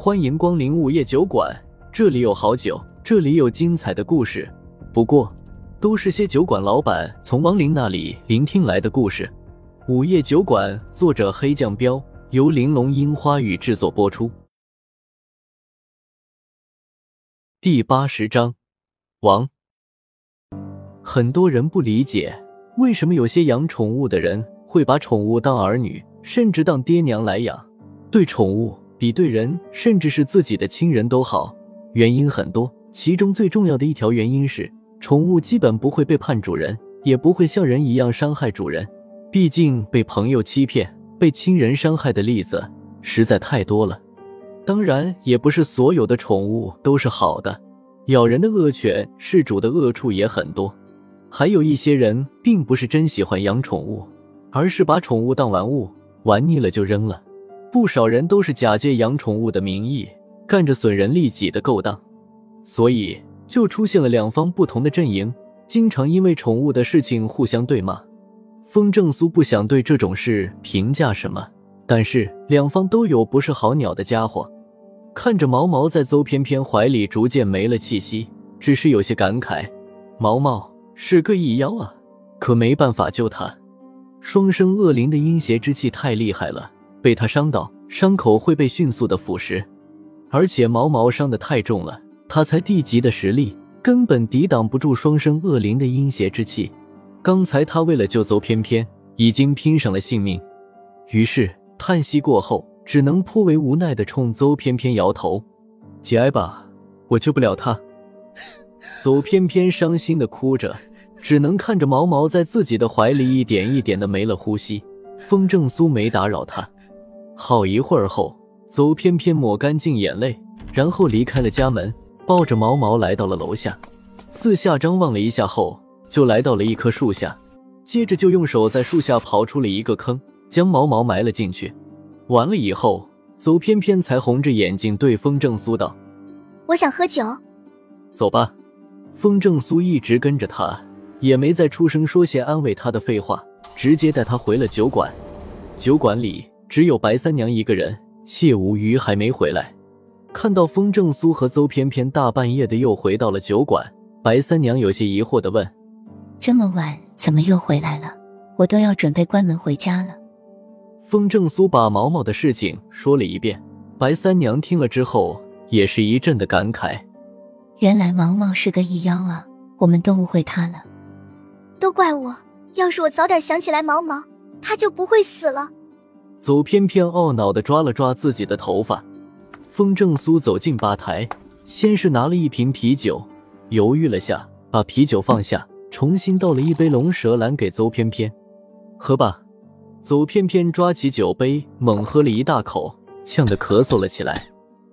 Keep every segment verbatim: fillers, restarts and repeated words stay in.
欢迎光临午夜酒馆，这里有好酒，这里有精彩的故事。不过，都是些酒馆老板从亡灵那里聆听来的故事。午夜酒馆，作者黑酱标，由玲珑樱花雨制作播出。第八十章，王。很多人不理解，为什么有些养宠物的人会把宠物当儿女，甚至当爹娘来养，对宠物比对人，甚至是自己的亲人都好。原因很多，其中最重要的一条原因是，宠物基本不会背叛主人，也不会像人一样伤害主人。毕竟被朋友欺骗、被亲人伤害的例子实在太多了。当然，也不是所有的宠物都是好的，咬人的恶犬、事主的恶处也很多。还有一些人并不是真喜欢养宠物，而是把宠物当玩物，玩腻了就扔了。不少人都是假借养宠物的名义，干着损人利己的勾当，所以就出现了两方不同的阵营，经常因为宠物的事情互相对骂。风正苏不想对这种事评价什么，但是两方都有不是好鸟的家伙。看着毛毛在邹翩翩怀里逐渐没了气息，只是有些感慨，毛毛是个异妖啊，可没办法救他。双生恶灵的阴邪之气太厉害了，被他伤到，伤口会被迅速的腐蚀。而且毛毛伤得太重了，他才地级的实力，根本抵挡不住双生恶灵的阴邪之气。刚才他为了救邹翩翩，已经拼上了性命。于是叹息过后，只能颇为无奈地冲邹翩翩摇头：“节哀吧，我救不了他。”邹翩翩伤心地哭着，只能看着毛毛在自己的怀里一点一点地没了呼吸。风正苏没打扰他。好一会儿后，邹翩翩抹干净眼泪，然后离开了家门，抱着毛毛来到了楼下。四下张望了一下后，就来到了一棵树下，接着就用手在树下刨出了一个坑，将毛毛埋了进去。完了以后，邹翩翩才红着眼睛对风正苏道：“ 我想喝酒。” 走吧。风正苏一直跟着他，也没再出声说些安慰他的废话，直接带他回了酒馆。酒馆里只有白三娘一个人，谢无虞还没回来。看到风正苏和邹翩翩大半夜的又回到了酒馆，白三娘有些疑惑地问：“ 这么晚怎么又回来了？我都要准备关门回家了。” 风正苏把毛毛的事情说了一遍，白三娘听了之后也是一阵的感慨， 原来毛毛是个异妖啊，我们都误会他了。 都怪我，要是我早点想起来毛毛，他就不会死了。 邹翩翩懊恼地抓了抓自己的头发。风正苏走进吧台，先是拿了一瓶啤酒，犹豫了下，把啤酒放下，重新倒了一杯龙舌兰给邹翩翩：“喝吧。”邹翩翩抓起酒杯猛喝了一大口，呛得咳嗽了起来。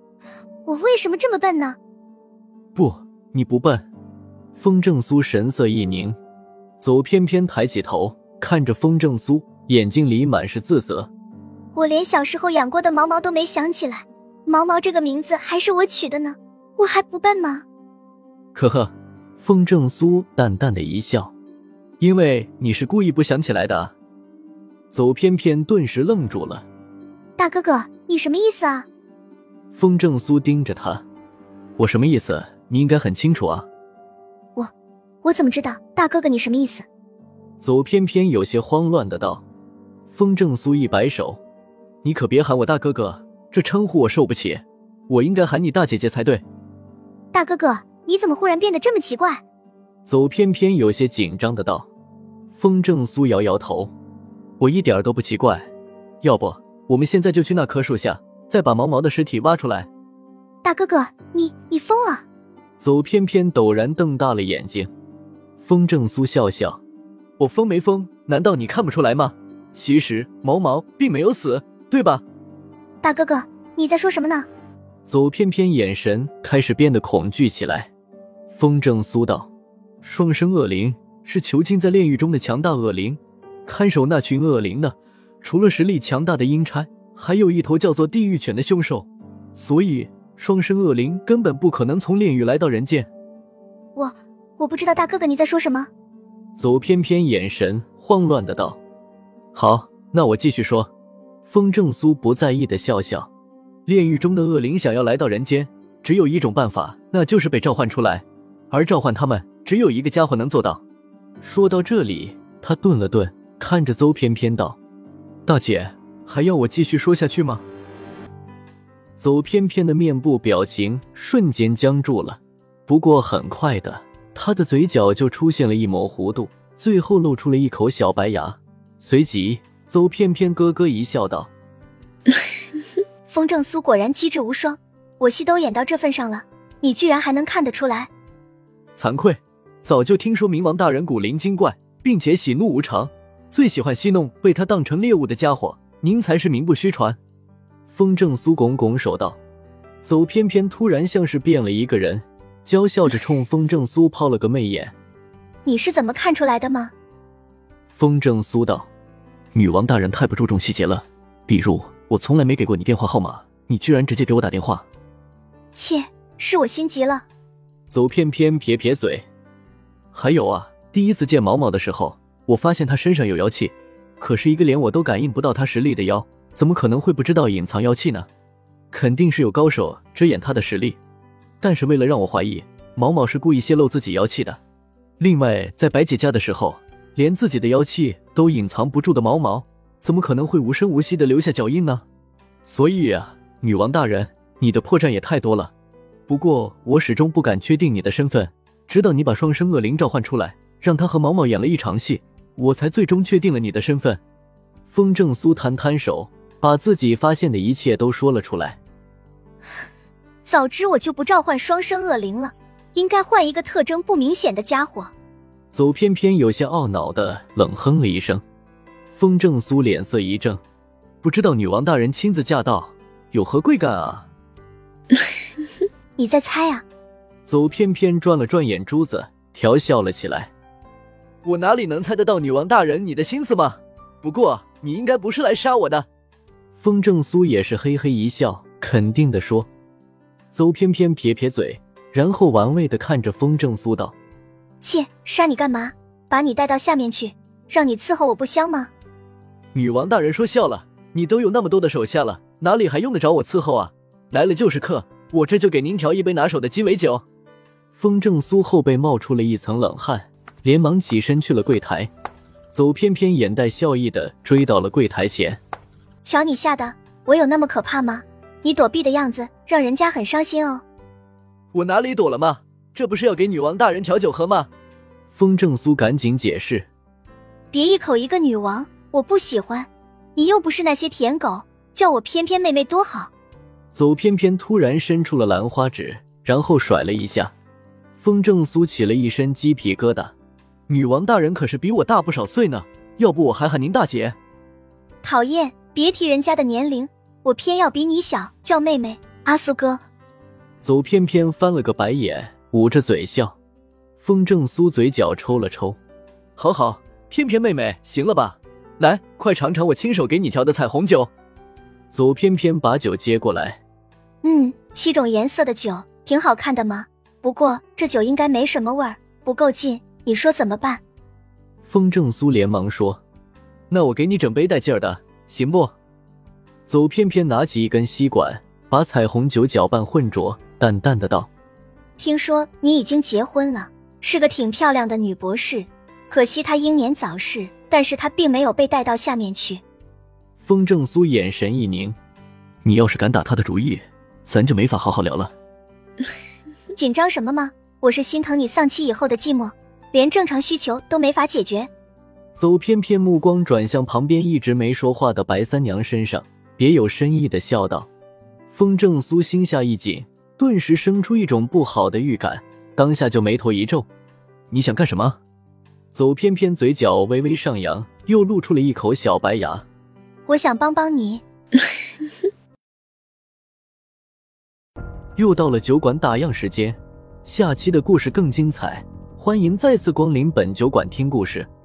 “我为什么这么笨呢？”“ 不，你不笨。”风正苏神色一凝。邹翩翩抬起头看着风正苏，眼睛里满是自责：“ 我连小时候养过的毛毛都没想起来，毛毛这个名字还是我取的呢，我还不笨吗？”“ 呵呵。”风正苏淡淡的一笑：“因为你是故意不想起来的。”邹翩翩顿时愣住了。 “大哥哥，你什么意思啊？” 风正苏盯着他：“我什么意思，你应该很清楚啊。”“ 我我怎么知道？大哥哥你什么意思？” 邹翩翩有些慌乱的道。风正苏一摆手：“你可别喊我大哥哥，这称呼我受不起，我应该喊你大姐姐才对。”“ 大哥哥，你怎么忽然变得这么奇怪？” 邹翩翩有些紧张的道。风正苏摇摇头：“我一点都不奇怪，要不我们现在就去那棵树下，再把毛毛的尸体挖出来。”“ 大哥哥，你你疯了？” 邹翩翩陡然瞪大了眼睛。风正苏笑笑：“我疯没疯，难道你看不出来吗？其实毛毛并没有死，对吧？”“ 大哥哥，你在说什么呢？” 邹翩翩眼神开始变得恐惧起来。风正苏道：“双生恶灵是囚禁在炼狱中的强大恶灵，看守那群恶灵的，除了实力强大的阴差，还有一头叫做地狱犬的凶兽，所以双生恶灵根本不可能从炼狱来到人间。”“ 我我不知道大哥哥你在说什么。” 邹翩翩眼神慌乱的道。“好，那我继续说。”风正苏不在意的笑笑：“ 炼狱中的恶灵想要来到人间，只有一种办法，那就是被召唤出来，而召唤他们，只有一个家伙能做到。说到这里，他顿了顿，看着邹翩翩道：大姐，还要我继续说下去吗？邹翩翩的面部表情瞬间僵住了，不过很快的，他的嘴角就出现了一抹弧度，最后露出了一口小白牙。随即邹翩翩咯咯一笑道： 风正苏果然机智无双，我戏都演到这份上了，你居然还能看得出来。 惭愧，早就听说冥王大人古灵精怪，并且喜怒无常，最喜欢戏弄被他当成猎物的家伙，您才是名不虚传。风正苏拱拱手道。邹翩翩突然像是变了一个人，娇笑着冲风正苏抛了个媚眼。 你是怎么看出来的吗？ 风正苏道：女王大人太不注重细节了，比如我从来没给过你电话号码，你居然直接给我打电话。 切，是我心急了。 邹翩翩撇撇嘴。还有啊，第一次见毛毛的时候，我发现他身上有妖气，可是一个连我都感应不到他实力的妖，怎么可能会不知道隐藏妖气呢？肯定是有高手遮掩他的实力，但是为了让我怀疑毛毛是故意泄露自己妖气的。另外，在白姐家的时候，连自己的妖气都隐藏不住的毛毛，怎么可能会无声无息地留下脚印呢？所以啊，女王大人，你的破绽也太多了。不过我始终不敢确定你的身份，直到你把双生恶灵召唤出来，让他和毛毛演了一场戏，我才最终确定了你的身份。风正苏摊摊手，把自己发现的一切都说了出来。 早知我就不召唤双生恶灵了，应该换一个特征不明显的家伙。 邹翩翩有些懊恼地冷哼了一声。风正苏脸色一正，不知道女王大人亲自驾到，有何贵干啊？ 你在猜啊？ 邹翩翩转了转眼珠子，调笑了起来。我哪里能猜得到女王大人你的心思吗？不过你应该不是来杀我的。风正苏也是嘿嘿一笑，肯定地说。邹翩翩撇撇嘴，然后玩味地看着风正苏道： 切，杀你干嘛？把你带到下面去，让你伺候我不香吗？ 女王大人说笑了，你都有那么多的手下了，哪里还用得着我伺候啊？来了就是客，我这就给您调一杯拿手的鸡尾酒。风正苏后背冒出了一层冷汗，连忙起身去了柜台。邹翩翩眼带笑意地追到了柜台前。 瞧你吓的，我有那么可怕吗？你躲避的样子让人家很伤心哦。 我哪里躲了吗？这不是要给女王大人调酒喝吗？风正苏赶紧解释。 别一口一个女王，我不喜欢，你又不是那些舔狗，叫我翩翩妹妹多好。 邹翩翩突然伸出了兰花指，然后甩了一下。风正苏起了一身鸡皮疙瘩。女王大人可是比我大不少岁呢，要不我还喊您大姐。 讨厌，别提人家的年龄，我偏要比你小，叫妹妹。阿苏哥。 邹翩翩翻了个白眼，捂着嘴笑。风正苏嘴角抽了抽。好好，翩翩妹妹，行了吧？来，快尝尝我亲手给你调的彩虹酒。邹翩翩把酒接过来。 嗯，七种颜色的酒，挺好看的嘛。不过这酒应该没什么味儿，不够劲，你说怎么办？ 风正苏连忙说：那我给你整杯带劲儿的，行不？邹翩翩拿起一根吸管，把彩虹酒搅拌混浊，淡淡的道： 听说你已经结婚了，是个挺漂亮的女博士，可惜她英年早逝，但是她并没有被带到下面去。 风正苏眼神一凝，你要是敢打她的主意，咱就没法好好聊了。 紧张什么吗？我是心疼你丧妻以后的寂寞，连正常需求都没法解决。 邹翩翩目光转向旁边一直没说话的白三娘身上，别有深意的笑道。风正苏心下一紧，顿时生出一种不好的预感，当下就眉头一皱。你想干什么？邹翩翩嘴角微微上扬，又露出了一口小白牙。 我想帮帮你。 又到了酒馆打烊时间，下期的故事更精彩，欢迎再次光临本酒馆听故事。